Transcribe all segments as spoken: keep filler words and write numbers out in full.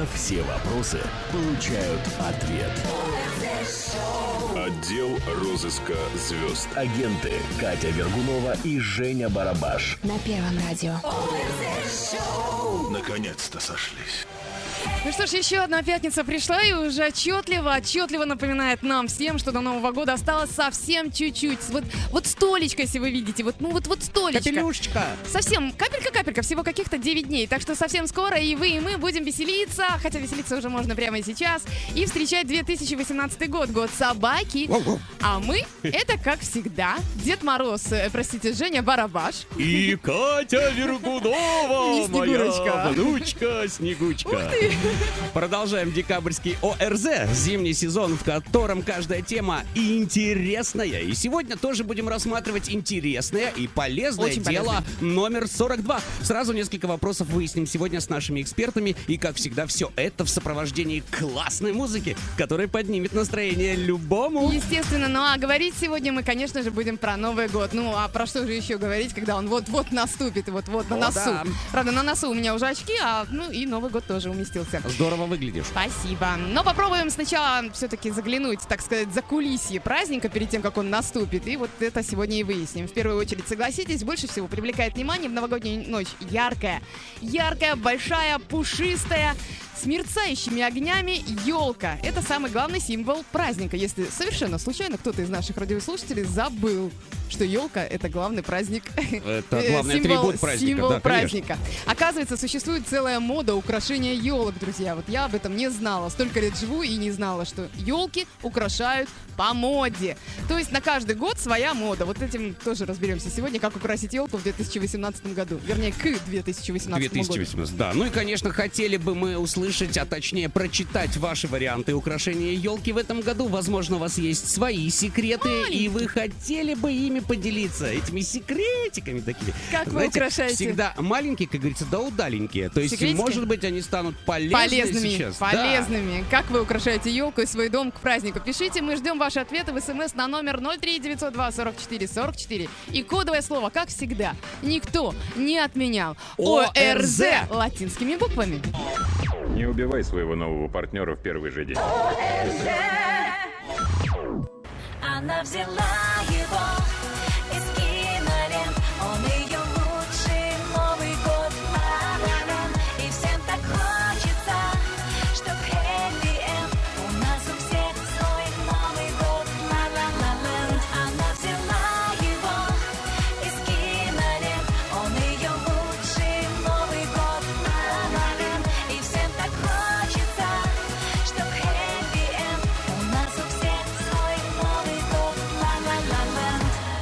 На все вопросы получают ответ. Отдел розыска звезд. Агенты Катя Вергунова и Женя Барабаш. На Первом радио. Наконец-то сошлись. Ну что ж, еще одна пятница пришла и уже отчетливо, отчетливо напоминает нам всем, что до Нового года осталось совсем чуть-чуть. Вот, вот столечко, если вы видите, вот, ну вот, вот столечко. Капелюшечка. Совсем, капелька-капелька, всего каких-то девять дней. Так что совсем скоро и вы, и мы будем веселиться, хотя веселиться уже можно прямо и сейчас, и встречать две тысячи восемнадцатый год, год собаки. А мы, это как всегда, Дед Мороз, э, простите, Женя Барабаш. И Катя Вергунова, Не Снегурочка. моя внучка Снегучка. Ух ты. Продолжаем декабрьский ОРЗ, зимний сезон, в котором каждая тема интересная. И сегодня тоже будем рассматривать интересное и полезное Очень дело номер сорок два. Сразу несколько вопросов выясним сегодня с нашими экспертами. И, как всегда, все это в сопровождении классной музыки, которая поднимет настроение любому. Естественно, ну а говорить сегодня мы, конечно же, будем про Новый год. Ну а про что же еще говорить, когда он вот-вот наступит и вот-вот на О, носу. да. Правда, на носу у меня уже очки, а ну и Новый год тоже уместился. Здорово выглядишь. Спасибо. Но попробуем сначала все-таки заглянуть, так сказать, за кулисье праздника перед тем, как он наступит. И вот это сегодня и выясним. В первую очередь, согласитесь, больше всего привлекает внимание в новогоднюю ночь яркая, яркая, большая, пушистая, с мерцающими огнями елка. Это самый главный символ праздника. Если совершенно случайно кто-то из наших радиослушателей забыл, что елка — это главный праздник. Это главный символ, атрибут праздника. Символ да, праздника. Оказывается, существует целая мода украшения елок, друзья. Вот я об этом не знала. Столько лет живу и не знала, что елки украшают по моде. То есть на каждый год своя мода. Вот этим тоже разберемся сегодня, как украсить елку в две тысячи восемнадцатом году. Вернее, к две тысячи восемнадцатому две тысячи восемнадцатый, да. Ну и, конечно, хотели бы мы услышать, а точнее прочитать ваши варианты украшения елки в этом году. Возможно, у вас есть свои секреты, и вы хотели бы ими поделиться, этими секретиками такими. Как вы Знаете, украшаете? всегда маленькие, как говорится, да удаленькие. То есть, Секретики? может быть, они станут полезны Полезными, сейчас. Да. полезными. Как вы украшаете елку и свой дом к празднику? Пишите, мы ждем ваши ответы в смс на номер ноль три девятьсот два сорок четыре сорок четыре. И кодовое слово, как всегда, никто не отменял ОРЗ латинскими буквами. Не убивай своего нового партнера в первый же день. Она взяла его из кинолент. Он ее лучший Новый год. Ла-ла-ла. И всем так хочется, чтоб хэппи-энд. У нас у всех свой Новый год. Ла-ла-ла-ла. Она взяла его из кинолент. Он ее лучший Новый год. Ла-ла-ла. И всем так хочется, чтоб хэппи-энд. У нас у всех свой Новый год. Ла-ла-ла-ла.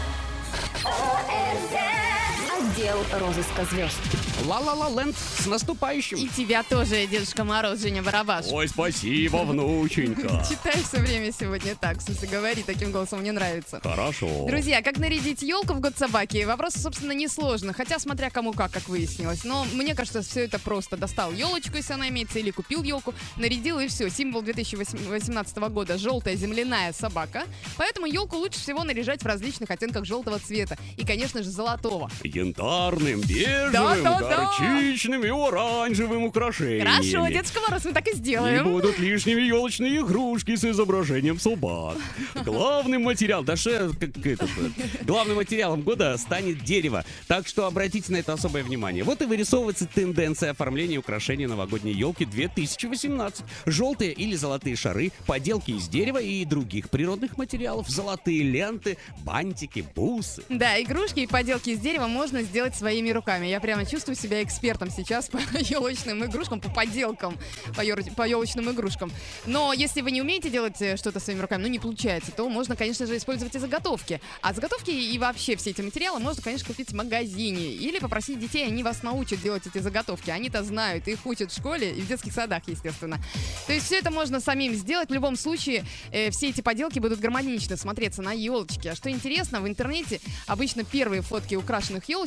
Отдел розыска звезд. Ла-ла-ла ленд, с наступающим. И тебя тоже, Дедушка Мороз, Женя Барабаш. Ой, спасибо, внученька. Читай все время сегодня так, в смысле, говори таким голосом, мне нравится. Хорошо. Друзья, как нарядить елку в год собаки? Вопрос, собственно, несложно, хотя смотря кому как, как выяснилось. Но мне кажется, все это просто. Достал елочку, если она имеется, или купил елку, нарядил и все. Символ две тысячи восемнадцатого года — желтая земляная собака. Поэтому елку лучше всего наряжать в различных оттенках желтого цвета. И, конечно же, золотого. Янтарным, бежевым, Да-да-да. горчичным и оранжевым украшениями. Хорошо, Дедушка Мороз, мы так и Не сделаем. будут лишними елочные игрушки с изображением собак. Главным материалом, да что, как это, главным материалом года станет дерево. Так что обратите на это особое внимание. Вот и вырисовывается тенденция оформления украшений новогодней елки две тысячи восемнадцать. Желтые или золотые шары, поделки из дерева и других природных материалов, золотые ленты, бантики, бусы. Да, игрушки и поделки из дерева можно сделать своими руками. Я прямо чувствую себя экспертом сейчас по елочным игрушкам, по поделкам, по, ел- по елочным игрушкам. Но если вы не умеете делать э, что-то своими руками, ну не получается, то можно, конечно же, использовать и заготовки. А заготовки и вообще все эти материалы можно, конечно, купить в магазине или попросить детей, они вас научат делать эти заготовки. Они-то знают, их учат в школе и в детских садах, естественно. То есть все это можно самим сделать. В любом случае, э, все эти поделки будут гармонично смотреться на елочке. А что интересно, в интернете обычно первые фотки украшенных елочек появляются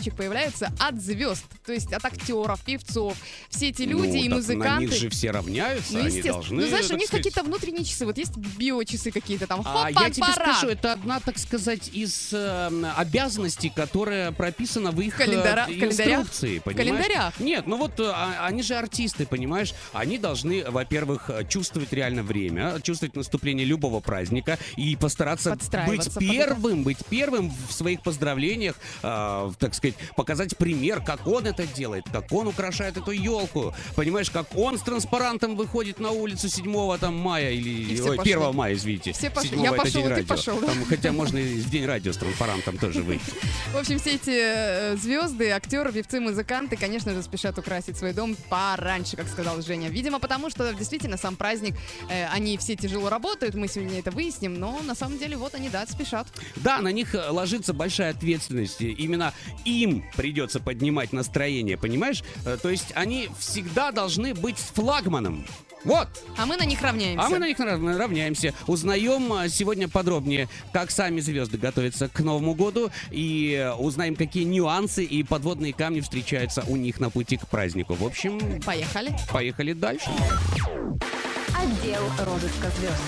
рождаются от звезд, то есть от актеров, певцов. Все эти люди Ну, и так музыканты. на них же все равняются, Ну, они естественно. должны, Ну, знаешь, у так них сказать. какие-то внутренние часы. Вот есть биочасы какие-то там. А Хопа, я тебе пора. скажу, это одна, так сказать, из э, обязанностей, которая прописана в их Календара- э, в календарях? инструкции, В понимаешь? календарях? Нет, ну вот э, а- они же артисты, понимаешь? Они должны, во-первых, э, чувствовать реально время, чувствовать наступление любого праздника и постараться быть Подстраиваться под это. первым, быть первым в своих поздравлениях, э, так сказать, показать пример, как он это делает, как он украшает эту елку, понимаешь, как он с транспарантом выходит на улицу седьмого там, мая или И все ой, пошли. первого мая, извините. Все пошли. седьмого Я это пошел, день и ты радио. пошел, да? Там, хотя можно и в день радио с транспарантом тоже выйти. В общем, все эти э, звезды, актеры, певцы, музыканты, конечно же, спешат украсить свой дом пораньше, как сказал Женя. Видимо, потому что действительно сам праздник, э, они все тяжело работают, мы сегодня это выясним, но на самом деле вот они, да, спешат. Да, на них э, ложится большая ответственность. И именно им придется поднимать настроение, понимаешь? Э, То есть они всегда должны быть флагманом. Вот. А мы на них равняемся. А мы на них нав- равняемся. Узнаем а, сегодня подробнее, как сами звезды готовятся к Новому году. И э, узнаем, какие нюансы и подводные камни встречаются у них на пути к празднику. В общем, Поехали. поехали дальше. Отдел розыска звезд.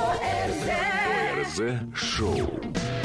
ОРЗ-шоу.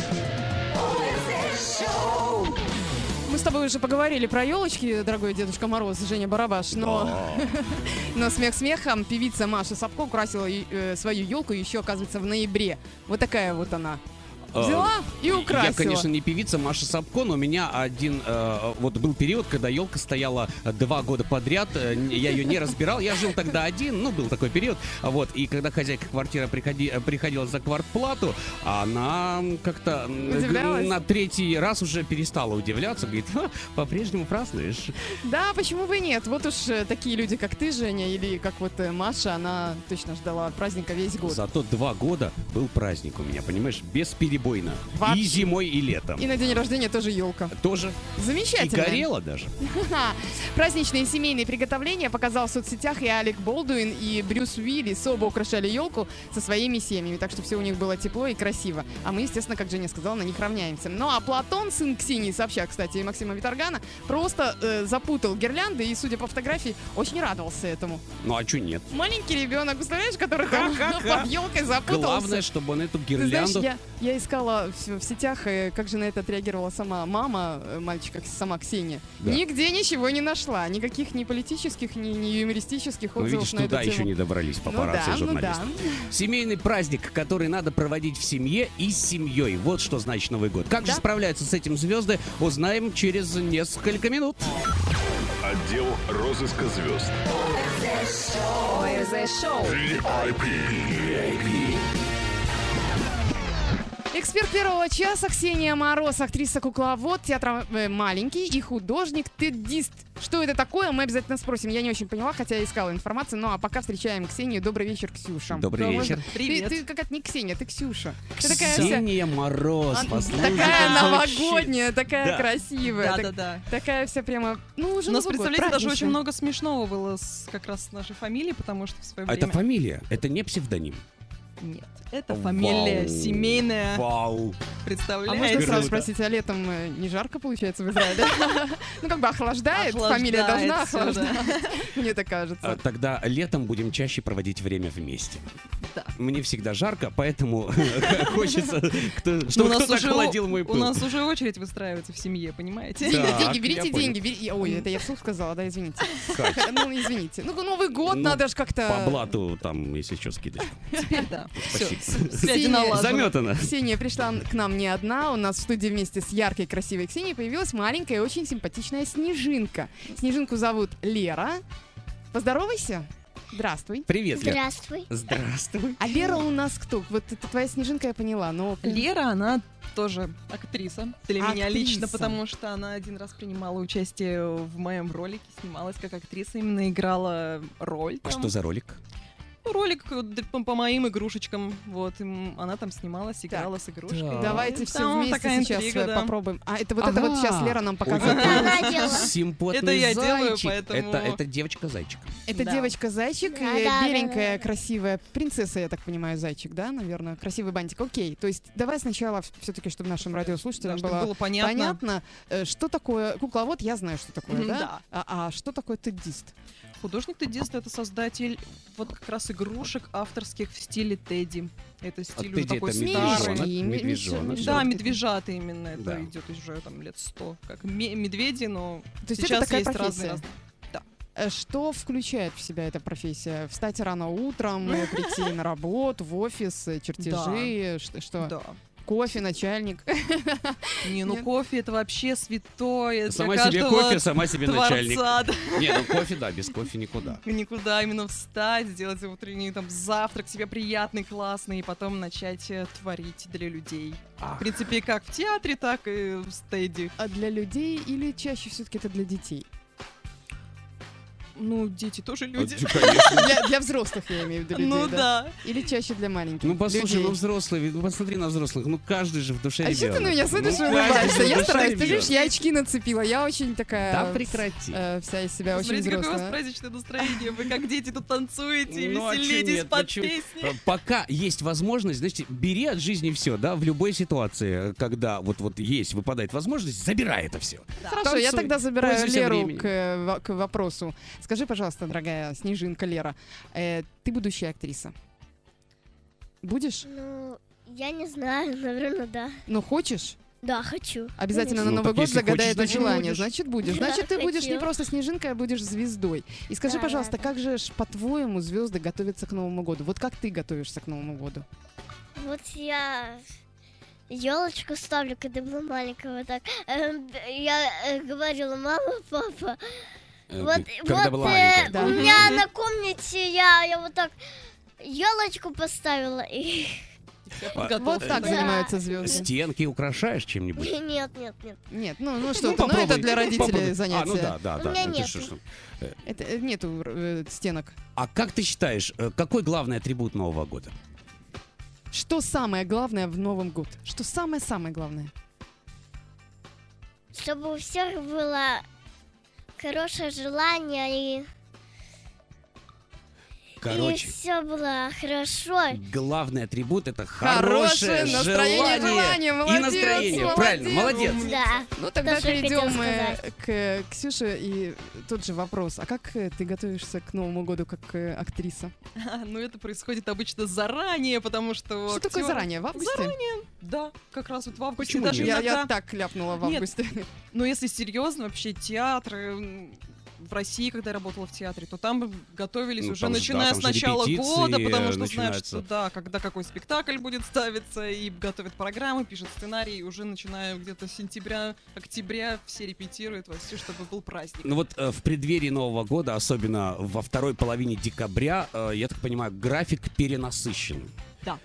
Мы с тобой уже поговорили про елочки, дорогой Дедушка Мороз, Женя Барабаш, но, но смех смехом, певица Маша Сапко украсила э, свою елку еще, оказывается, в ноябре. Вот такая вот она. Взяла и украсила. Я, конечно, не певица Маша Сапко, но у меня один э, вот был период, когда елка стояла два года подряд. э, Я ее не разбирал. Я жил тогда один, ну, был такой период. Вот. И когда хозяйка квартиры приходи, э, приходила за квартплату, она как-то м, Удивлялась? на третий раз уже перестала удивляться. Говорит, «Ха, по-прежнему празднуешь. Да, почему бы и нет? Вот уж э, такие люди, как ты, Женя, или как вот э, Маша, она точно ждала праздника весь год. Зато два года был праздник у меня, понимаешь, без перебойно. Вообще. И зимой, и летом. И на день рождения тоже елка. Тоже. И Замечательно. горела даже. Ха. Праздничные семейные приготовления показал в соцсетях и Алек Болдуин, и Брюс Уиллис оба украшали елку со своими семьями, так что все у них было тепло и красиво. А мы, естественно, как Женя сказала, на них равняемся. Ну а Платон, сын Ксении Собчак, кстати, и Максима Виторгана, просто э, запутал гирлянды и, судя по фотографии, очень радовался этому. Ну а что нет? Маленький ребенок, представляешь, который там под елкой запутался. Главное, чтобы он эту Ты знаешь, гирлянду... я, я искала в, в сетях, э, как же на это отреагировала сама мама э, мальчика, сама Ксения. Да. Нигде ничего не нашла. Никаких ни политических, ни, ни юмористических Ну, отзывов видишь, на эту туда тему. еще не добрались Ну папарацци да, и ну журналисты. да. Семейный праздник, который надо проводить в семье и с семьей. Вот что значит Новый год. Как Да. же справляются с этим звезды, узнаем через несколько минут. Отдел розыска звезд. ОРЗ-шоу. ви ай пи. Эксперт первого часа Ксения Мороз, актриса-кукловод, театра э, «Маленький» и художник-теддист. Что это такое, мы обязательно спросим. Я не очень поняла, хотя я искала информацию. Ну а пока встречаем Ксению. Добрый вечер, Ксюша. Добрый Да, вечер. можно? Привет. Ты, ты какая-то не Ксения, ты Ксюша. Ты такая вся... Ксения Мороз, А, послушайте, такая вообще. новогодняя, такая Да. красивая. так- Да-да-да. такая вся прямо, ну уже У нас, Новый год, представляете, даже очень праздничная. много смешного было с, как раз с нашей фамилией, потому что в свое А время... это фамилия, это не псевдоним. Нет, это фамилия Вау. семейная, Вау. А представляете? можно сразу Круто. спросить, а летом э, не жарко получается в Израиле? Ну как бы охлаждает, Охлаждает фамилия должна всё, охлаждать. да. Мне так А, кажется. Тогда летом будем чаще проводить время вместе. Да. Мне всегда жарко, поэтому хочется, кто- Ну, чтобы у нас кто-то уже охладил мой У пыл. нас уже очередь выстраивается в семье, понимаете? Да. Так, Деньги, я берите понял. деньги. бери- Ой, это я вслух сказала, да, извините. Кать, Ну, извините. Ну, Новый год Ну, надо же как-то... по блату там, если что, скидочку. Теперь да. Все, Спасибо. связи Ксения, налажены. Заметано. Ксения пришла к нам не одна. У нас в студии вместе с яркой, красивой Ксенией появилась маленькая и очень симпатичная Снежинка. Снежинку зовут Лера. Поздоровайся. Здравствуй. Привет, Лер. Здравствуй. Здравствуй. А Лера у нас кто? Вот это твоя Снежинка, я поняла, но... Лера, она тоже актриса для меня Актриса. лично, потому что она один раз принимала участие в моем ролике, снималась как актриса, именно играла роль. А там. что за ролик? Ролик э, д- по, по моим игрушечкам. Вот, им- она там снималась, играла с игрушкой. Так. Давайте И все там вместе такая сейчас интрига, э, да. попробуем. А это вот это вот Ага. сейчас Лера нам Ой, показала. какой она делала. Симпотный Это я делаю, зайчик. поэтому- Это, это девочка-зайчик. Это Да. девочка-зайчик, Да, э, да, да, беленькая, да, да. красивая принцесса, я так понимаю, зайчик, да, наверное? Красивый бантик. Окей. То есть давай сначала все-таки, чтобы нашим Да, радиослушателям чтобы было было понятно. понятно, э, что такое кукловод, я знаю, что такое, Мгм, да? да. А, а что такое теддист? Художник-тедист — это создатель вот как раз игрушек авторских в стиле Тедди. Это стиль уже Тедди такой это старый. медвежонок, Ми- ми- медвежонок. ми- Да, Вот медвежата именно. Это Да. идет уже там лет сто. Как ме- медведи, но То есть сейчас это такая есть профессия. разные. Э, Что включает в себя эта профессия? Встать рано утром, э, прийти на работу, в офис, э, чертежи, ш- что? Да. Кофе, начальник. Не, ну Нет. кофе — это вообще святое. Сама для себе каждого кофе, сама себе начальник. творца, да. Не, ну кофе, да, без кофе никуда. Никуда именно встать, сделать утренний там завтрак себе приятный, классный, и потом начать э, творить для людей. Ах. В принципе, как в театре, так и в стеди. А для людей или чаще все-таки это для детей? Ну, дети тоже люди. Вот, конечно. Для, для взрослых, я имею в виду, людей, Ну да? да. Или чаще для маленьких? Ну послушай, людей? ну взрослые, ну посмотри на взрослых, ну каждый же в душе А что ребенок. ты на меня смотришь и Ну, улыбаешься? каждый же Я в душе стараюсь. Ты ребенок. видишь, я очки нацепила. Я очень такая... Да прекрати. э, вся из себя очень Смотрите, какое у вас взрослая. праздничное настроение. Вы как дети тут танцуете, Ну, а чё веселитесь нет, под почему? песни. Э, Пока есть возможность, значит, бери от жизни все, да, в любой ситуации, когда вот, вот есть, выпадает возможность, забирай это все. Хорошо, я Танцуй, тогда забираю пользуйся Леру временем. к, э, во- к вопросу. Скажи, пожалуйста, дорогая Снежинка Лера, э, ты будущая актриса. Будешь? Ну, я не знаю, наверное, да. Ну, хочешь? Да, хочу. Обязательно на Ну, Новый так год если загадай хочешь, это значит, желание. будешь. Значит, будешь. Да, Значит, ты будешь не хочу. просто снежинкой, а будешь звездой. И скажи, Да, пожалуйста, да. как же, ж, по-твоему, звезды готовятся к Новому году? Вот как ты готовишься к Новому году? Вот я елочку ставлю, когда была маленькая, вот так. Эм, Я э, говорила, мама, папа, Э, вот, Когда вот была э, маленькая. Да. у меня на комнате я, я вот так елочку поставила и А, Вот так Да. занимаются звезды. Стенки украшаешь чем-нибудь? нет, нет, нет. Нет, ну, ну что, Ну, ты, ну это попробуй, для родителей попробуй. занятия. А, ну да, да, У да. меня ну ты нету. что, что. Это э, нету э, стенок. А как ты считаешь, э, какой главный атрибут Нового года? Что самое главное в Новом год? Что самое-самое главное? Чтобы у всех было хорошее желание и, и Короче, все было хорошо. главный атрибут — это Хорошее хорошее настроение, желание. и Молодец, настроение. молодец. Правильно, молодец. Да. Ну тогда Тоже хотела перейдем э, сказать. к Ксюше и тот же вопрос. А как э, ты готовишься к Новому году как э, актриса? Ну, это происходит обычно заранее, потому что... Что такое актёр- заранее? В августе? Да, как раз вот в августе. Почему Даже нет? Я, иногда... я так ляпнула в Нет. августе. Но если серьезно, вообще театры м, в России, когда я работала в театре, то там готовились Ну, уже там же, начиная да, там с же начала репетиции, года, потому э, что знаешь, начинаются. что да, когда какой спектакль будет ставиться, и готовят программы, пишут сценарий, и уже начиная где-то с сентября, октября все репетируют во все, чтобы был праздник. Ну вот э, в преддверии Нового года, особенно во второй половине декабря, э, я так понимаю, график перенасыщен. Да.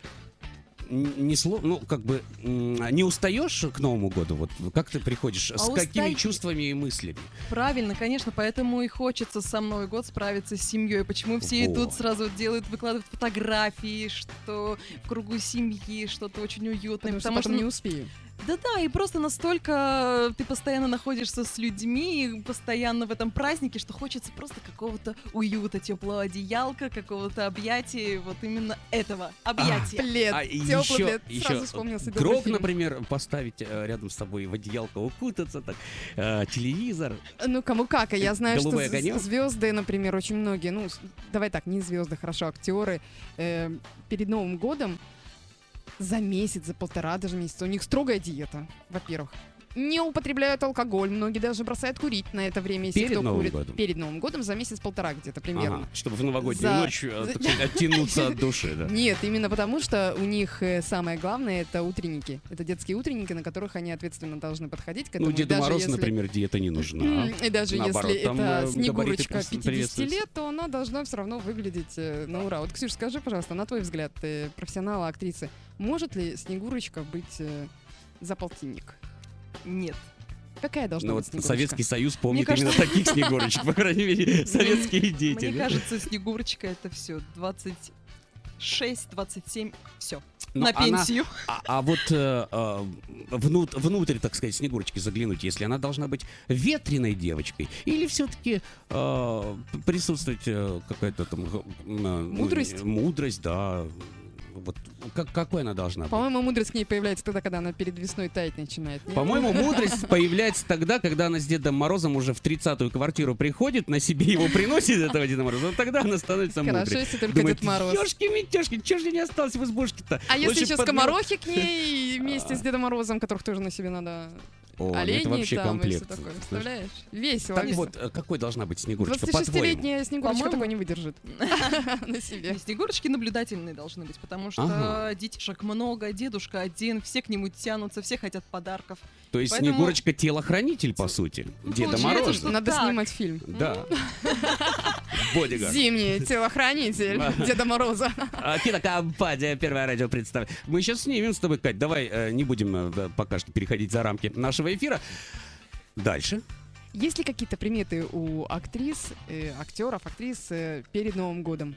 Н- Не сло, ну как бы м, не устаешь к Новому году? Вот как ты приходишь? А С какими устаю. чувствами и мыслями? Правильно, конечно, поэтому и хочется сам Новый год справиться с семьей. Почему все Во. идут сразу делают, выкладывают фотографии, что в кругу семьи, что-то очень уютное. Потому что Потому что, потом не успею. да-да, и просто настолько ты постоянно находишься с людьми, и постоянно в этом празднике, что хочется просто какого-то уюта, теплого одеялка, какого-то объятия, вот именно этого объятия. Плед, А теплый еще, плед. еще Сразу вспомнился добрый гроб, фильм. например, поставить э, рядом с тобой, в одеялко укутаться, так, э, телевизор. Ну, кому как, а я знаю, что Голубой огонек? звезды, например, очень многие, ну, с- давай так, не звезды, хорошо, актеры, э, перед Новым годом за месяц, за полтора даже месяца, у них строгая диета, во-первых. Не употребляют алкоголь, многие даже бросают курить на это время, если Перед кто Новым курит. годом? Перед Новым годом за месяц-полтора где-то примерно. Ага, чтобы в новогоднюю За- ночь э, так сказать, оттянуться от души, да. Нет, именно потому, что у них э, самое главное — это утренники. Это детские утренники, на которых они ответственно должны подходить к этому. Ну, Деду даже Морозу, если- например, диета не нужна. М, И даже Наоборот, если там, э, это габариты Снегурочка просто пятидесяти приветствуются. лет, то она должна все равно выглядеть э, на ура. Вот, Ксюш, скажи, пожалуйста, на твой взгляд, ты профессионала, актрисы, может ли Снегурочка быть э, за полтинник? Нет. Какая должна Ну быть вот Снегурочка? Советский Союз помнит кажется- именно таких Снегурочек, по крайней мере, советские дети. Мне кажется, Снегурочка это все двадцать шесть двадцать семь, все. Но На она- пенсию. А, а вот э, э, внут- внутрь, так сказать, Снегурочки заглянуть, если она должна быть ветреной девочкой, или все-таки присутствовать э, какая-то там... э, ну, Мудрость? Мудрость, да. Вот как, какой она должна быть? По-моему, мудрость к ней появляется тогда, когда она перед весной таять начинает. нет? По-моему, мудрость появляется тогда, когда она с Дедом Морозом уже в тридцатую квартиру приходит, на себе его приносит, этого Деда Мороза, вот тогда она становится мудрой. Хорошо, если только Думает, Дед Мороз. ёшки-метёшки, чё же не осталось в избушке-то? А если Лучше еще подмел- скоморохи к ней вместе с Дедом Морозом, которых тоже на себе надо... О, ну Оленей это вообще там и всё комплект. такое, представляешь? Весело. Так весело. вот, э, какой должна быть Снегурочка, по-твоему? двадцатишестилетняя Снегурочка По-моему- такой не выдержит на себе. И Снегурочки наблюдательные должны быть, потому что Ага. детишек много, дедушка один, все к нему тянутся, все хотят подарков. То есть Поэтому- Снегурочка телохранитель, по сути, Ну, Деда получается, Мороза. что- Надо так. снимать фильм. Да. Бодигард. Зимний телохранитель Деда Мороза. А, Кинокомпания «Первое радио» представит. Мы сейчас снимем с тобой, Кать. Давай э, не будем э, пока что переходить за рамки нашего эфира. Дальше. Есть ли какие-то приметы у актрис, э, актеров, актрис э, перед Новым годом?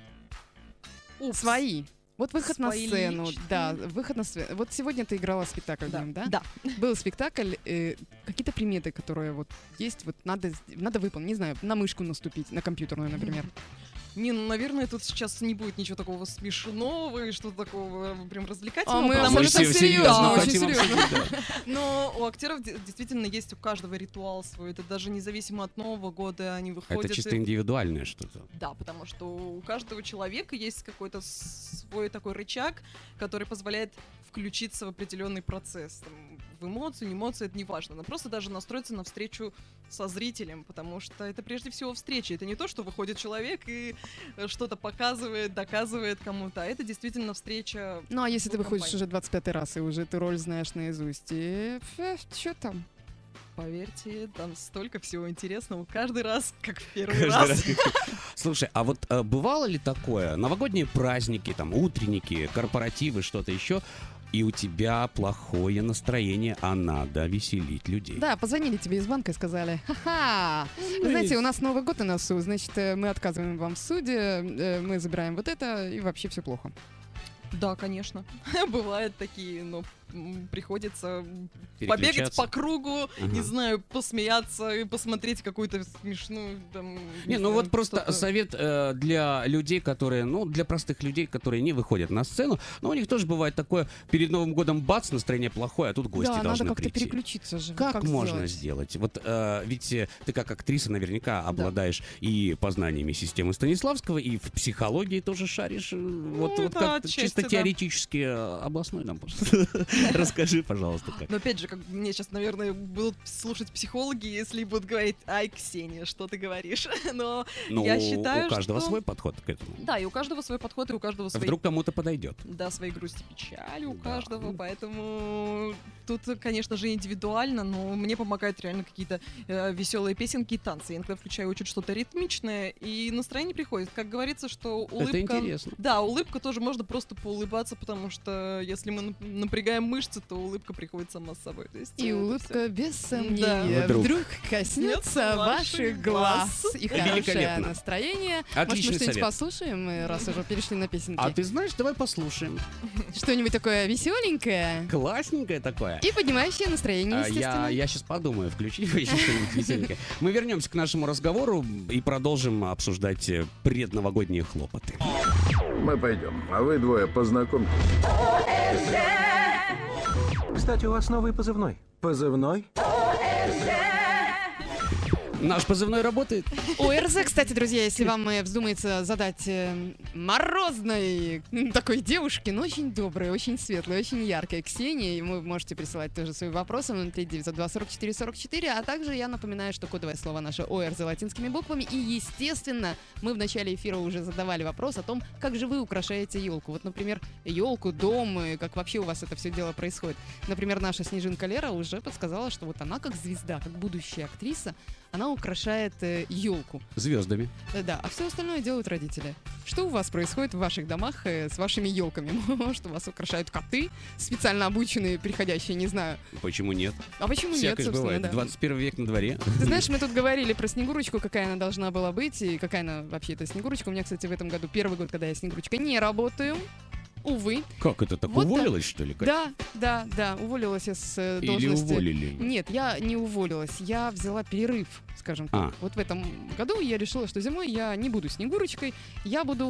Свои. Вот выход на Свои сцену, личные. да, выход на сцену. Вот сегодня ты играла спектакль, в Да. нем, да? Да. Был спектакль, э, какие-то приметы, которые вот есть, вот надо, надо выполнить, не знаю, на мышку наступить, на компьютерную, например. Не, ну, наверное, тут сейчас не будет ничего такого смешного и что-то такого прям А развлекательного. мы потому абсолютно что- серьезно, Да, очень хотим серьезно. обсудить, да. Но у актеров де- действительно есть у каждого ритуал свой. Это даже независимо от Нового года они выходят. Это чисто и- индивидуальное что-то. Да, потому что у каждого человека есть какой-то свой такой рычаг, который позволяет включиться в определенный процесс. Там, в эмоцию, не эмоцию, это не важно. Но просто даже настроиться на встречу со зрителем, потому что это прежде всего встреча. Это не то, что выходит человек и э, что-то показывает, доказывает кому-то, а это действительно встреча. Ну, а если в ты выходишь компании. уже двадцать пятый раз и уже ты роль знаешь наизусть, и что там? Поверьте, там столько всего интересного каждый раз, как в первый Каждый раз. раз как- Слушай, а вот э, бывало ли такое? Новогодние праздники, там, утренники, корпоративы, что-то еще, и у тебя плохое настроение, а надо веселить людей. Да, позвонили тебе из банка и сказали, ха-ха, вы знаете, у нас Новый год на носу, значит, э, мы отказываем вам в суде, э, мы забираем вот это, и вообще все плохо. Да, конечно. Бывают такие, но м, приходится побегать Переключаться. по кругу, Ага. не знаю, посмеяться и посмотреть какую-то смешную там. Не, ну знаю, вот просто что-то. совет э, для людей, которые, ну, для простых людей, которые не выходят на сцену, но у них тоже бывает такое, перед Новым годом бац, настроение плохое, а тут гости да, должны надо как-то прийти. переключиться же. Как, можно сделать? сделать? Вот э, ведь э, ты как актриса наверняка обладаешь и познаниями системы Станиславского, и в психологии тоже шаришь. э, Вот, вот да, как отчасти, чисто да. теоретически э, областной нам, пожалуйста. Расскажи, пожалуйста, как. Но опять же, как мне сейчас, наверное, будут слушать психологи, если будут говорить: ай, Ксения, что ты говоришь? Но Ну, я считаю, у каждого что- свой подход к этому. да, и у каждого свой подход, и у каждого А свои вдруг кому-то подойдет. Да, свои грусти, печали у Да. каждого, поэтому тут, конечно же, индивидуально, но мне помогают реально какие-то э, веселые песенки и танцы. Я иногда включаю чуть что-то ритмичное, и настроение приходит. Как говорится, что улыбка... Это интересно. Да, улыбка тоже можно просто поулыбаться, потому что если мы нап- напрягаем мышцы, то улыбка приходит сама с собой. То есть, И э, это улыбка без сомнения Вдруг. вдруг коснется Коснется ваших ваших глаз. глаз. И хорошее Великолепно. настроение. Может, Отличный мы что-нибудь совет. послушаем, э, раз уже перешли на песенки? А ты знаешь, давай послушаем. Что-нибудь такое веселенькое Классненькое такое. и поднимающее настроение, А, Я, естественно. я сейчас подумаю, включи еще что-нибудь веселенькое. Мы вернемся к нашему разговору и продолжим обсуждать э, предновогодние хлопоты. Мы пойдем, а вы двое познакомьтесь. Кстати, у вас новый позывной. Позывной? Наш позывной работает. ОРЗ, кстати, друзья, если вам э, вздумается задать э, морозной м, такой девушке, но очень доброй, очень светлой, очень яркой Ксении, вы можете присылать тоже свои вопросы на три девятьсот два сорок четыре сорок четыре, а также я напоминаю, что кодовое слово наше ОРЗ латинскими буквами, и, естественно, мы в начале эфира уже задавали вопрос о том, как же вы украшаете елку. Вот, например, елку, дом, и как вообще у вас это все дело происходит. Например, наша Снежинка Лера уже подсказала, что вот она как звезда, как будущая актриса, она украшает елку. Звездами. Да, а все остальное делают родители. Что у вас вас происходит в ваших домах э, с вашими елками? Может, у вас украшают коты, специально обученные, приходящие, не знаю. Почему нет? А почему нет, Всякое же собственно, бывает. да. двадцать первый век на дворе. Ты знаешь, мы тут говорили про Снегурочку, какая она должна была быть, и какая она вообще эта Снегурочка. У меня, кстати, в этом году первый год, когда я Снегурочкой не работаю. Увы. Как это так? Вот Уволилась, так. что ли? Кать? Да, да, да, уволилась я с э, Или должности. уволили? Нет, я не уволилась, я взяла перерыв, скажем так. А. Вот в этом году я решила, что зимой я не буду Снегурочкой, я буду...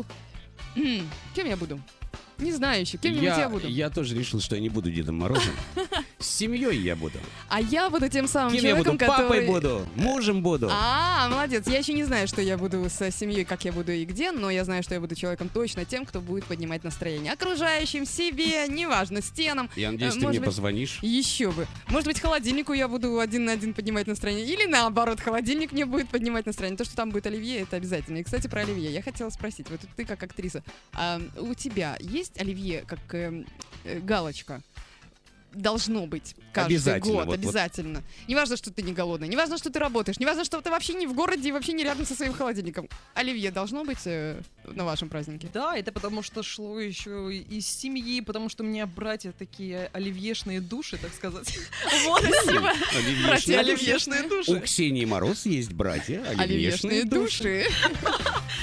М, Кем я буду? Не знаю еще, кем-нибудь я, Я, буду. я тоже решил, что я не буду Дедом Морозом. С семьей я буду. А я буду тем самым Кем я человеком, буду? Папой который... буду, мужем буду. А, молодец. Я еще не знаю, что я буду со семьей, как я буду и где, но я знаю, что я буду человеком точно тем, кто будет поднимать настроение окружающим, себе, неважно, стенам. Я надеюсь, Э, ты может мне быть, позвонишь. Еще бы. Может быть, холодильнику я буду один на один поднимать настроение. Или наоборот, холодильник мне будет поднимать настроение. То, что там будет оливье, это обязательно. И, кстати, про оливье. Я хотела спросить. Вот ты как актриса. А у тебя есть оливье как э, э, галочка? Должно быть каждый Обязательно, год, вот- вот. обязательно. Неважно, что ты не голодный, неважно, что ты работаешь, неважно, что ты вообще не в городе и вообще не рядом со своим холодильником. Оливье должно быть э, на вашем празднике? Да, это потому что шло еще из семьи, потому что у меня братья такие оливьешные души, так сказать. Вот, Спасибо. Оливьешные Братья души. оливьешные У души. Ксении Мороз есть братья, Оливьешные оливьешные души. души.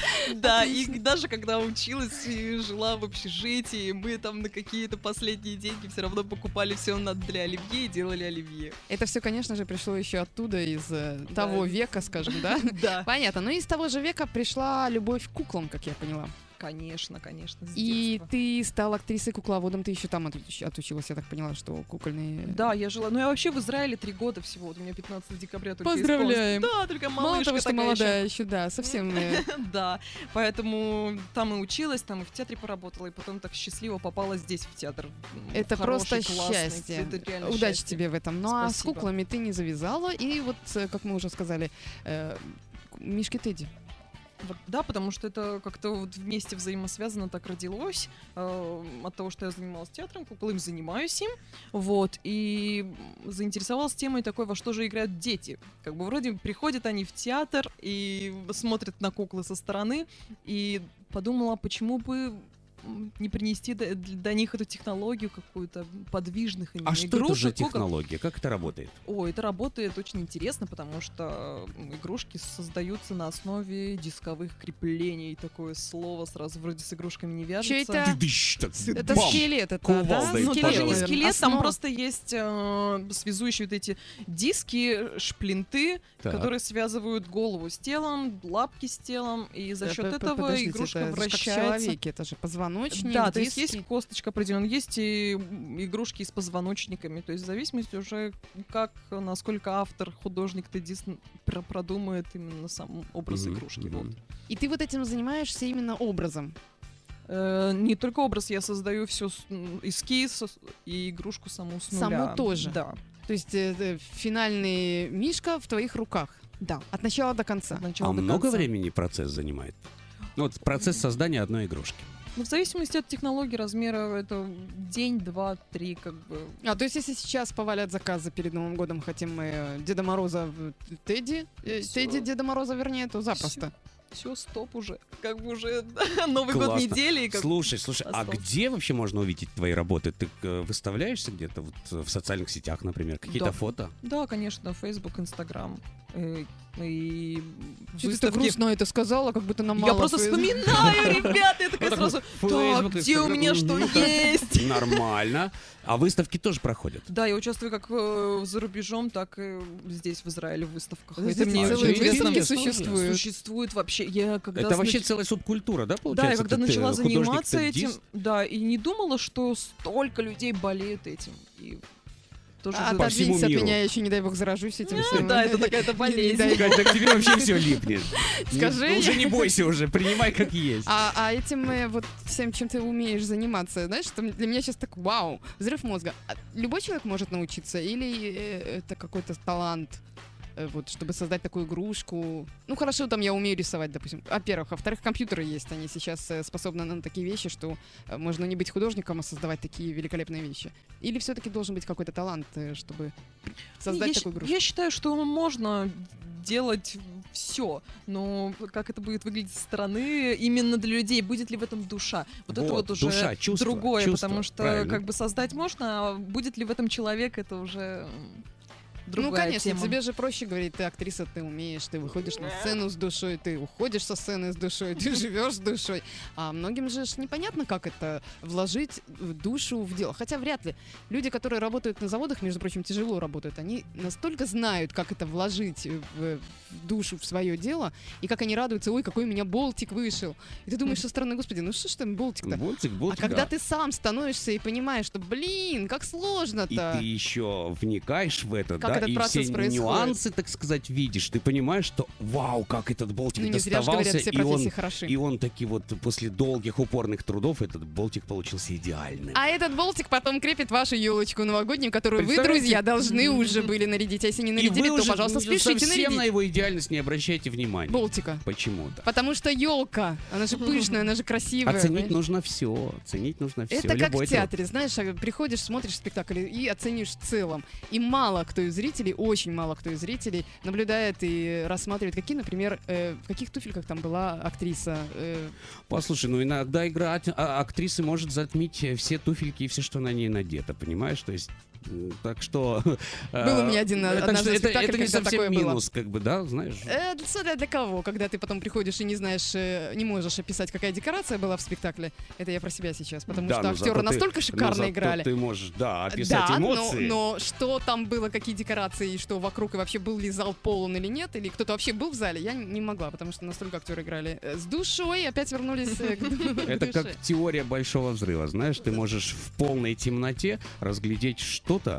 Да, и даже когда училась и жила в общежитии, мы там на какие-то последние деньги все равно покупали все для оливье и делали оливье. Это все, конечно же, пришло еще оттуда, из э, того века, скажем, да? Да. Понятно. Но из того же века пришла любовь к куклам, как я поняла. Конечно, конечно, с И детства. ты стала актрисой-кукловодом, ты еще там отуч- отучилась, я так поняла, что кукольные... Да, я жила. Ну, я вообще в Израиле три года всего. Вот у меня пятнадцатого декабря только Поздравляем. исполнилось. Да, только малышка Мало того, что такая молодая еще, да, совсем... э, ещё. Да, поэтому там и училась, там и в театре поработала, и потом так счастливо попала здесь в театр. М, Это хороший, просто классный, счастье. это реально Удачи счастье. тебе в этом. Ну а с Спасибо. куклами ты не завязала. И вот, э, как мы уже сказали, э, Мишки Тедди. Вот, да, потому что это как-то вот вместе взаимосвязано так родилось. Э, от того, что я занималась театром, кукол им занимаюсь им. Вот, и заинтересовалась темой такой, во что же играют дети. Как бы вроде приходят они в театр и смотрят на куклы со стороны, и подумала, почему бы м, не принести до, до них эту технологию какую-то подвижных именно А что это игрушек, за кукол. технология? Как это работает? О, это работает очень интересно, потому что м, игрушки создаются на основе дисковых креплений. Такое слово сразу вроде с игрушками не вяжется. это? Тыдыщ, так, Это бам! скелет, это, да? Кувалдой Ну, по даже не голове. скелет, там Основа. просто есть э, связующие вот эти диски, шплинты, Так. которые связывают голову с телом, лапки с телом, и за Э, счет п- п- этого подождите, игрушка это же как в вращается. человеке, это же позвоночник, Да, то есть диски. есть косточка определенная, есть и игрушки с позвоночниками, то есть в зависимости уже как, насколько автор, художник Тедис пр- продумает именно сам образ Мгм, игрушки. мгм. Вот. И ты вот этим занимаешься именно образом. Э, не только образ, я создаю все эскиз и игрушку саму с нуля. Саму тоже? Да. То есть э, э, финальный Мишка в твоих руках. Да. От начала до конца. От начала А до много конца. времени процесс занимает? Ну, вот процесс создания одной игрушки. Ну, в зависимости от технологии, размера, это день, два, три, как бы. А, то есть если сейчас повалят заказы перед Новым годом, хотим мы э, Деда Мороза в Тедди, э, Всё. Тедди Деда Мороза, вернее, то запросто. Все, стоп уже. Как бы уже Новый год Классно. недели. и как- Слушай, слушай, а остался. где вообще можно увидеть твои работы? Ты э, выставляешься где-то вот э, в социальных сетях, например, какие-то Да. фото? Да, конечно, Facebook, Instagram. э, И Что ты выставки. так грустно это сказала, как будто нам мало. Я просто фейс- вспоминаю, ребята, я такая Вот сразу, такой так, Facebook, где у меня что Instagram, есть? Нормально. А выставки тоже проходят? Да, я участвую как э, за рубежом, так и здесь, в Израиле, в выставках. Здесь Это мне целые очень интересно. выставки существуют. Существует вообще. Я когда Это вообще снач- целая субкультура, да, Да, получается? я когда Ты- ты начала художник, заниматься этим, теддист? да, и не думала, что столько людей болеет этим. И тоже А, за- по всему Отодвинься от миру. меня, я еще, не дай бог, заражусь этим всем. Да, это такая-то Не болезнь. дай Кать, так тебе вообще все липнет. Скажи. Ну, уже не бойся уже, принимай как есть. А, а этим э, вот всем, чем ты умеешь заниматься, знаешь, что для меня сейчас так вау, взрыв мозга. А любой человек может научиться или э, это какой-то талант? э, вот, чтобы создать такую игрушку. Ну, хорошо, там я умею рисовать, допустим. Во-первых. Во-вторых, компьютеры есть. Они сейчас э, способны на такие вещи, что э, можно не быть художником, а создавать такие великолепные вещи. Или все-таки должен быть какой-то талант, э, чтобы создать я, такую щ- игрушку? я считаю, что можно делать все, но как это будет выглядеть со стороны именно для людей, будет ли в этом душа, вот, это Вот, вот уже душа, чувство, другое, чувство, потому что правильно. как бы создать можно, а будет ли в этом человек, это уже м, другая Ну, конечно, тема. тебе же проще говорить, ты актриса, ты умеешь, ты выходишь на сцену с душой, ты уходишь со сцены с душой, ты живешь с душой. А многим же ж непонятно, как это вложить в душу в дело. Хотя вряд ли. Люди, которые работают на заводах, между прочим, тяжело работают, они настолько знают, как это вложить в, в душу, в свое дело, и как они радуются, ой, какой у меня болтик вышел. И ты думаешь со стороны, господи, ну что ж там болтик-то? Болтик, болтик, А когда да. ты сам становишься и понимаешь, что, блин, как И сложно-то. ты еще вникаешь в это, Как да, этот и процесс все происходит. нюансы, так сказать, видишь. Ты понимаешь, что вау, как этот болтик Ну, не зря же доставался, говорят, все и он, профессии хороши. и он таки вот после долгих упорных трудов этот болтик получился идеальным. А этот болтик потом крепит вашу елочку новогоднюю, которую вы, Представляете? друзья, должны уже были нарядить. А если не И нарядили, вы то, уже пожалуйста, спешите совсем нарядить. на его идеальность не обращайте внимания. Болтика. Почему-то. Потому что елка, она же пышная, она же красивая. Оценить понимаешь? нужно все. Оценить нужно все. Это как Любой в труд. театре, знаешь, а, приходишь, смотришь спектакль и оценишь в целом. И мало кто из зрителей, очень мало кто из зрителей наблюдает и рассматривает, какие, например, э, в каких туфельках там была актриса. э, Послушай, ну иногда игра ат- а- актрисы может затмить э, все туфельки и все, что на ней надето, понимаешь? То есть, м, так что... э, Был у меня один, так однажды что это, спектакль, это не когда совсем такое было. минус, как бы, да, знаешь? Э, смотря для кого, когда ты потом приходишь и не знаешь, э, не можешь описать, какая декорация была в спектакле. Это я про себя сейчас, потому Да, что но актеры зато ты- настолько но шикарно зато играли. ты можешь, да, описать Да, но, эмоции. но что там было, какие декорации, и что вокруг, и вообще был ли зал полон или нет, или кто-то вообще был в зале, я не могла, потому что настолько актеры играли э, с душой, и опять вернулись э, к ду- к Это душе. как теория большого взрыва, знаешь, ты можешь в полной темноте разглядеть что-то,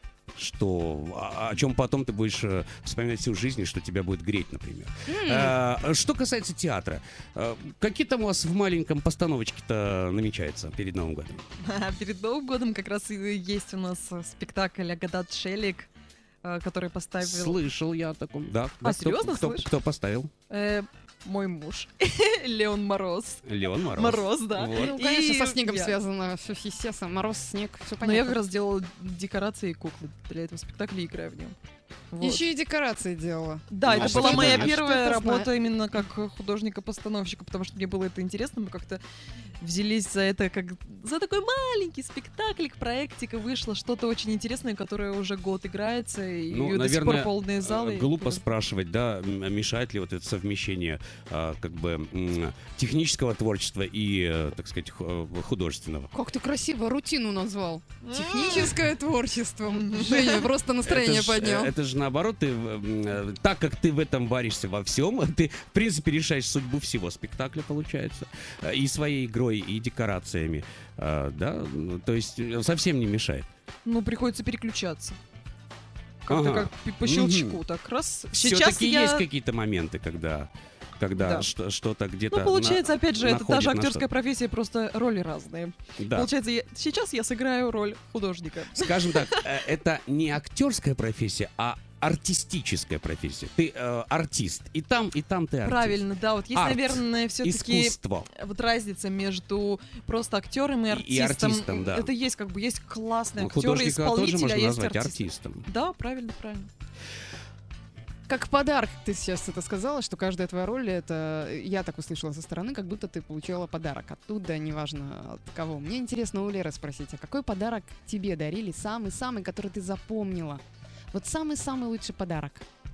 что, о, о чем потом ты будешь э, вспоминать всю жизнь, и что тебя будет греть, например. Э, что касается театра, э, какие там у вас в маленьком постановочке-то намечаются перед Новым годом? Перед Новым годом как раз и есть у нас э, спектакль Агадат Шелик, э, который поставил Слышал я о таком, да. да, А, кто- серьезно кто, слышишь? кто поставил? э, мой муж Леон Мороз. Леон Мороз. Мороз, да. Вот. Ну, конечно, И со снегом я. связано, все естественно, мороз, снег, все Но я понятно. как раз делала декорации и куклы для этого спектакля и играю в нем. Вот. Еще и декорации делала. Да, А это что была это моя значит? первая Что это работа знаю. именно как художника-постановщика, потому что мне было это интересно, мы как-то взялись за это как за такой маленький спектаклик, проектик, и вышло что-то очень интересное, которое уже год играется, и Ну, до сих пор наверное, полные залы. э, и глупо просто- спрашивать, да, м, мешает ли вот это совмещение а, как бы м, технического творчества и, э, так сказать, ху- э, художественного. Как ты красиво рутину назвал. Техническое творчество. Женя просто настроение это ж, поднял. э, Это же наоборот, ты, м, э, так как ты в этом варишься во всем, ты, в принципе, решаешь судьбу всего спектакля, получается, э, и своей игрой, и декорациями, э, да, ну, то есть э, совсем не мешает. Ну, приходится переключаться. Как-то Ага. как по- по щелчку, так раз. Сейчас Все-таки я... есть какие-то моменты, когда, когда Да. что- что-то где-то Ну, получается, на- опять же, это та находит же на актерская что-то. профессия, просто роли разные. Да. Получается, я- сейчас я сыграю роль художника. Скажем так, э, это не актерская профессия, а артистическая профессия. Ты э, артист. И там, и там ты артист. Правильно, да. Вот есть, Арт. наверное, все-таки Искусство. вот разница между просто актером и И- и артистом. артистом, да. Это есть как бы есть классные Ну, актеры, художника исполнители, тоже можно а есть назвать артисты. артистом. Да, правильно, правильно. Как подарок ты сейчас это сказала, что каждая твоя роль, это, я так услышала со стороны, как будто ты получала подарок оттуда, неважно от кого. Мне интересно у Леры спросить, а какой подарок тебе дарили, самый-самый, который ты запомнила? Вот самый-самый лучший подарок.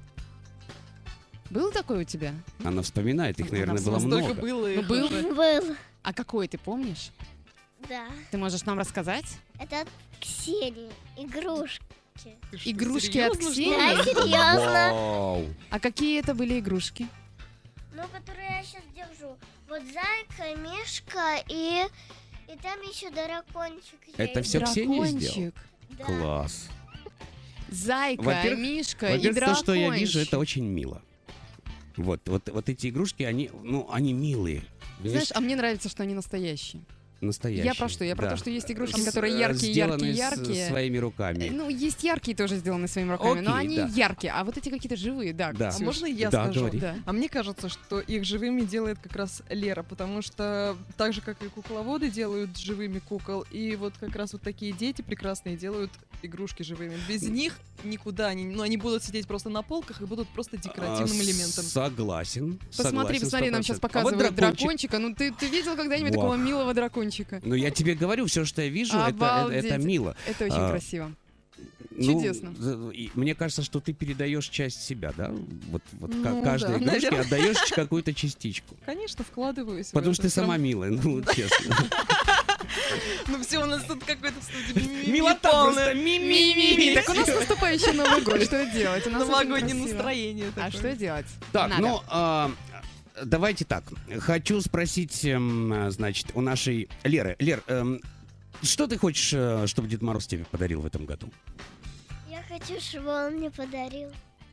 Был такой у тебя? Она вспоминает, их, наверное, нас было настолько много. было Ну, их был. уже. Был. А какой ты помнишь? Да. Ты можешь нам рассказать? Это от Ксении. Игрушки. Ты что, Игрушки от серьезно, что Ксении? ли? Да, серьезно. Вау. А какие это были игрушки? Ну, которые я сейчас держу. Вот зайка, мишка и... И там еще дракончик Это есть. всё Ксения сделала? Дракончик, Да. Класс. зайка, Во-первых- мишка и Во-первых, то, дракончик. что я вижу, это очень мило. Вот, вот, вот эти игрушки, они, ну, они милые. Знаешь, а мне нравится, что они настоящие. Настоящие. Я про что? Я про да. то, что есть игрушки, С- которые э, яркие, сделаны яркие, с- яркие. своими руками. Ну, есть яркие тоже сделаны своими руками, но Окей, они да. яркие. А вот эти какие-то живые, да. Да. А Ксюш. можно я Да, скажу? говори. Да. А мне кажется, что их живыми делает как раз Лера, потому что так же, как и кукловоды делают живыми кукол, и вот как раз вот такие дети прекрасные делают игрушки живыми. Без них никуда они, ну, они будут сидеть просто на полках и будут просто декоративным А, элементом. Согласен. Посмотри, согласен, посмотри, нам сто сейчас процентов. А вот показывают дракончик. дракончика. Ну, ты, ты видел когда-нибудь Во. такого милого дракончика? Ну, я тебе говорю, все, что я вижу, это, это, Обалдеть. это мило. Это очень А, красиво. Ну, Чудесно. з- и мне кажется, что ты передаешь часть себя, да? Вот, вот ка- Ну, каждой да, игрушке наверное. отдаешь какую-то частичку. Конечно, вкладываюсь. в Потому это. что ты Всё сама равно- милая, ну, вот честно. Ну все, у нас тут какой-то в студии ми-ми-ми Милота полная. просто, ми-ми-ми. Так у нас наступающий Новый год. Что делать? У нас очень Новогоднее красиво. настроение А такое. что делать? Так, Надо. ну, а, давайте так. Хочу спросить, эм, значит, у нашей Леры. Лер, эм, что ты хочешь, э, чтобы Дед Мороз тебе подарил в этом году? Я хочу, чтобы он мне подарил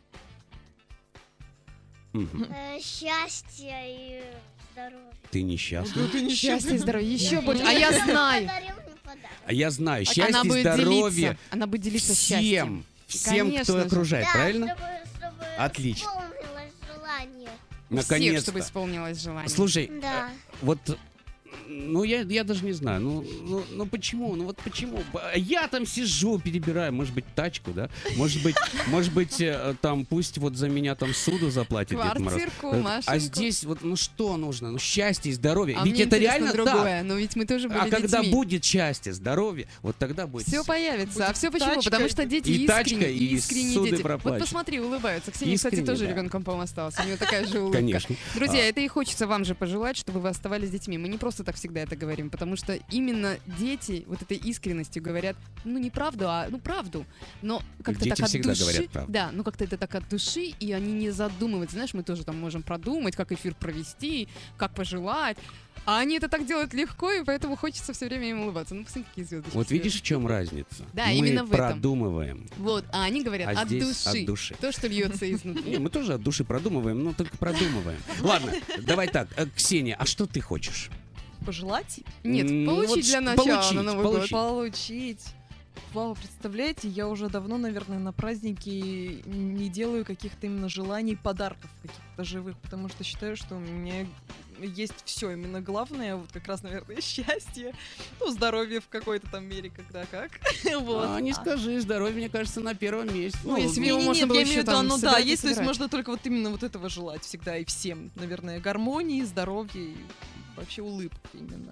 Мгм. э, счастье и здоровье. Ты несчастна. Да ты не Счастье и здоровье. Еще больше. А Он я мне знаю. подарил мне подарок. А я знаю, Она счастье, будет здоровье делиться. Она будет делиться счастьем. всем. Всем, Конечно кто же. окружает, Да, правильно? чтобы, чтобы Отлично. исполнилось желание. Всех, чтобы Наконец-то. исполнилось желание. Слушай, Да. вот, ну, я, я даже не знаю, ну, ну, ну, почему, ну, вот почему? Б- Я там сижу, перебираю, может быть, тачку, да? Может быть, может быть, э, там, пусть вот за меня там суду заплатит Дед Мороз. Квартирку, Э, Машеньку. А здесь вот, ну, что нужно? Ну, счастье и здоровье. А Ведь мне это интересно реально другое. так. Но ведь мы тоже были А когда детьми. будет счастье, здоровье, вот тогда будет... Все появится. А Будет все почему? тачка, Потому что дети и тачка, искренние, и искренние суды дети. Вот проплачут. посмотри, улыбаются. Ксения, кстати, Искренне, тоже да. ребенком, по-моему, осталась. У нее такая же улыбка. Конечно. Друзья, А. это и хочется вам же пожелать, чтобы вы оставались детьми. Мы не просто так всегда это говорим, потому что именно дети вот этой искренностью говорят, ну, не правду, а, ну, правду. Но как-то Дети так от всегда души. говорят правду. Да, ну, как-то это так от души, и они не задумываются. Знаешь, мы тоже там можем продумать, как эфир провести, как пожелать. А они это так делают легко, и поэтому хочется все время им улыбаться. Ну, посмотри, какие звездочки. Вот светят. видишь, в чем разница? Да, Мы именно в этом. продумываем. Вот, а они говорят А от, здесь души. от души. То, что льется изнутри. Не, мы тоже от души продумываем, но только продумываем. Ладно, давай так. э, Ксения, а что ты хочешь? Пожелать? Нет, М, получить вот для ш- начала получить, на Новый получить. год. Получить. Вау, представляете, я уже давно, наверное, на праздники не делаю каких-то именно желаний, подарков каких-то живых, потому что считаю, что у меня есть все именно главное, вот как раз, наверное, счастье, ну, здоровье в какой-то там мере, когда как. Вот. А, не скажи, здоровье, мне кажется, на первом месте. Ну, если бы Не, его не, можно нет, было я еще имею в виду, там ну да, собирать и есть, то есть собирать. можно только вот именно вот этого желать всегда и всем, наверное, гармонии, здоровья и вообще улыбки именно.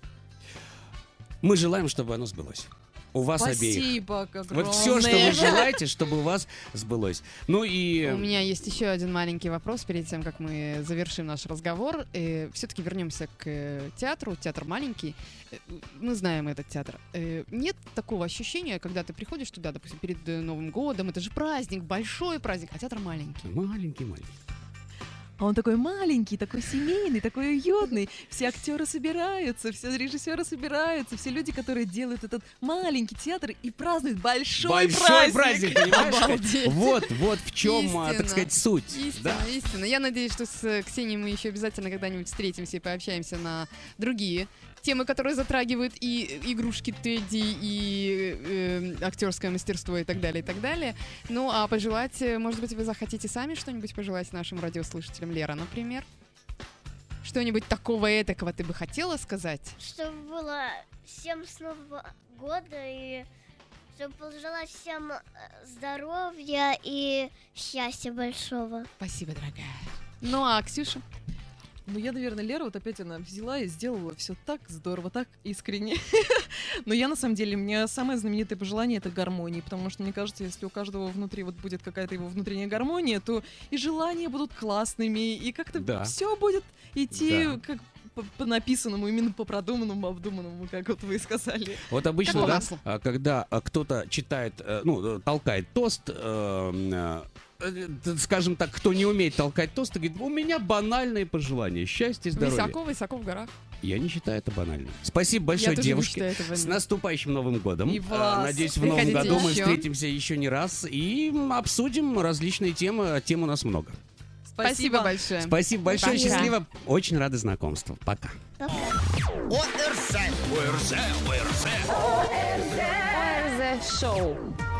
Мы желаем, чтобы оно сбылось. У вас обеих. Спасибо огромное. Вот все, что вы желаете, чтобы у вас сбылось. Ну и... У меня есть еще один маленький вопрос перед тем, как мы завершим наш разговор. Все-таки вернемся к э, театру. Театр маленький. Э, Мы знаем этот театр. Э, Нет такого ощущения, когда ты приходишь туда, допустим, перед э, Новым годом. Это же праздник, большой праздник, а театр маленький. Маленький, маленький. А он такой маленький, такой семейный, такой уютный. Все актеры собираются, все режиссеры собираются, все люди, которые делают этот маленький театр и празднуют большой, Большой праздник. праздник, понимаешь? Обалдеть. Вот, вот в чем, а, так Истина. сказать, суть. Истинно, Да. истинно. Я надеюсь, что с э, Ксенией мы еще обязательно когда-нибудь встретимся и пообщаемся на другие темы, которые затрагивают и игрушки Тедди, и э, актерское мастерство, и так далее, и так далее. Ну, а пожелать, э, может быть, вы захотите сами что-нибудь пожелать нашим радиослушателям? Лера, например? Что-нибудь такого этакого ты бы хотела сказать? Чтобы было всем с Нового года и чтобы пожелать всем э, здоровья и счастья большого. Спасибо, дорогая. Ну, а Ксюша? Ну, я, наверное, Лера, вот опять она взяла и сделала все так здорово, так искренне. Но я, на самом деле, у меня самое знаменитое пожелание — это гармонии, потому что, мне кажется, если у каждого внутри вот будет какая-то его внутренняя гармония, то и желания будут классными, и как-то Да. все будет идти Да. как по, по написанному, именно по продуманному, обдуманному, как вот вы сказали. Вот обычно, Как по да, маслу. а, когда а, кто-то читает, э, ну, э, толкает тост, э, э, э, скажем так, кто не умеет толкать тост, говорит, у меня банальные пожелания, счастья и здоровья. Высоко, высоко в горах. Я не считаю это банальным. Спасибо Я большое, тоже не девушки. считаю это С банальным. наступающим Новым годом. И А, вас. Надеюсь, в Новом Приходите году мы еще. встретимся еще не раз и м, обсудим различные темы. Тем у нас много. Спасибо большое. Спасибо большое, Пока. счастливо. Очень рады знакомству. Пока. Пока. ОРЗ. ОРЗ, ОРЗ. ОРЗ Шоу.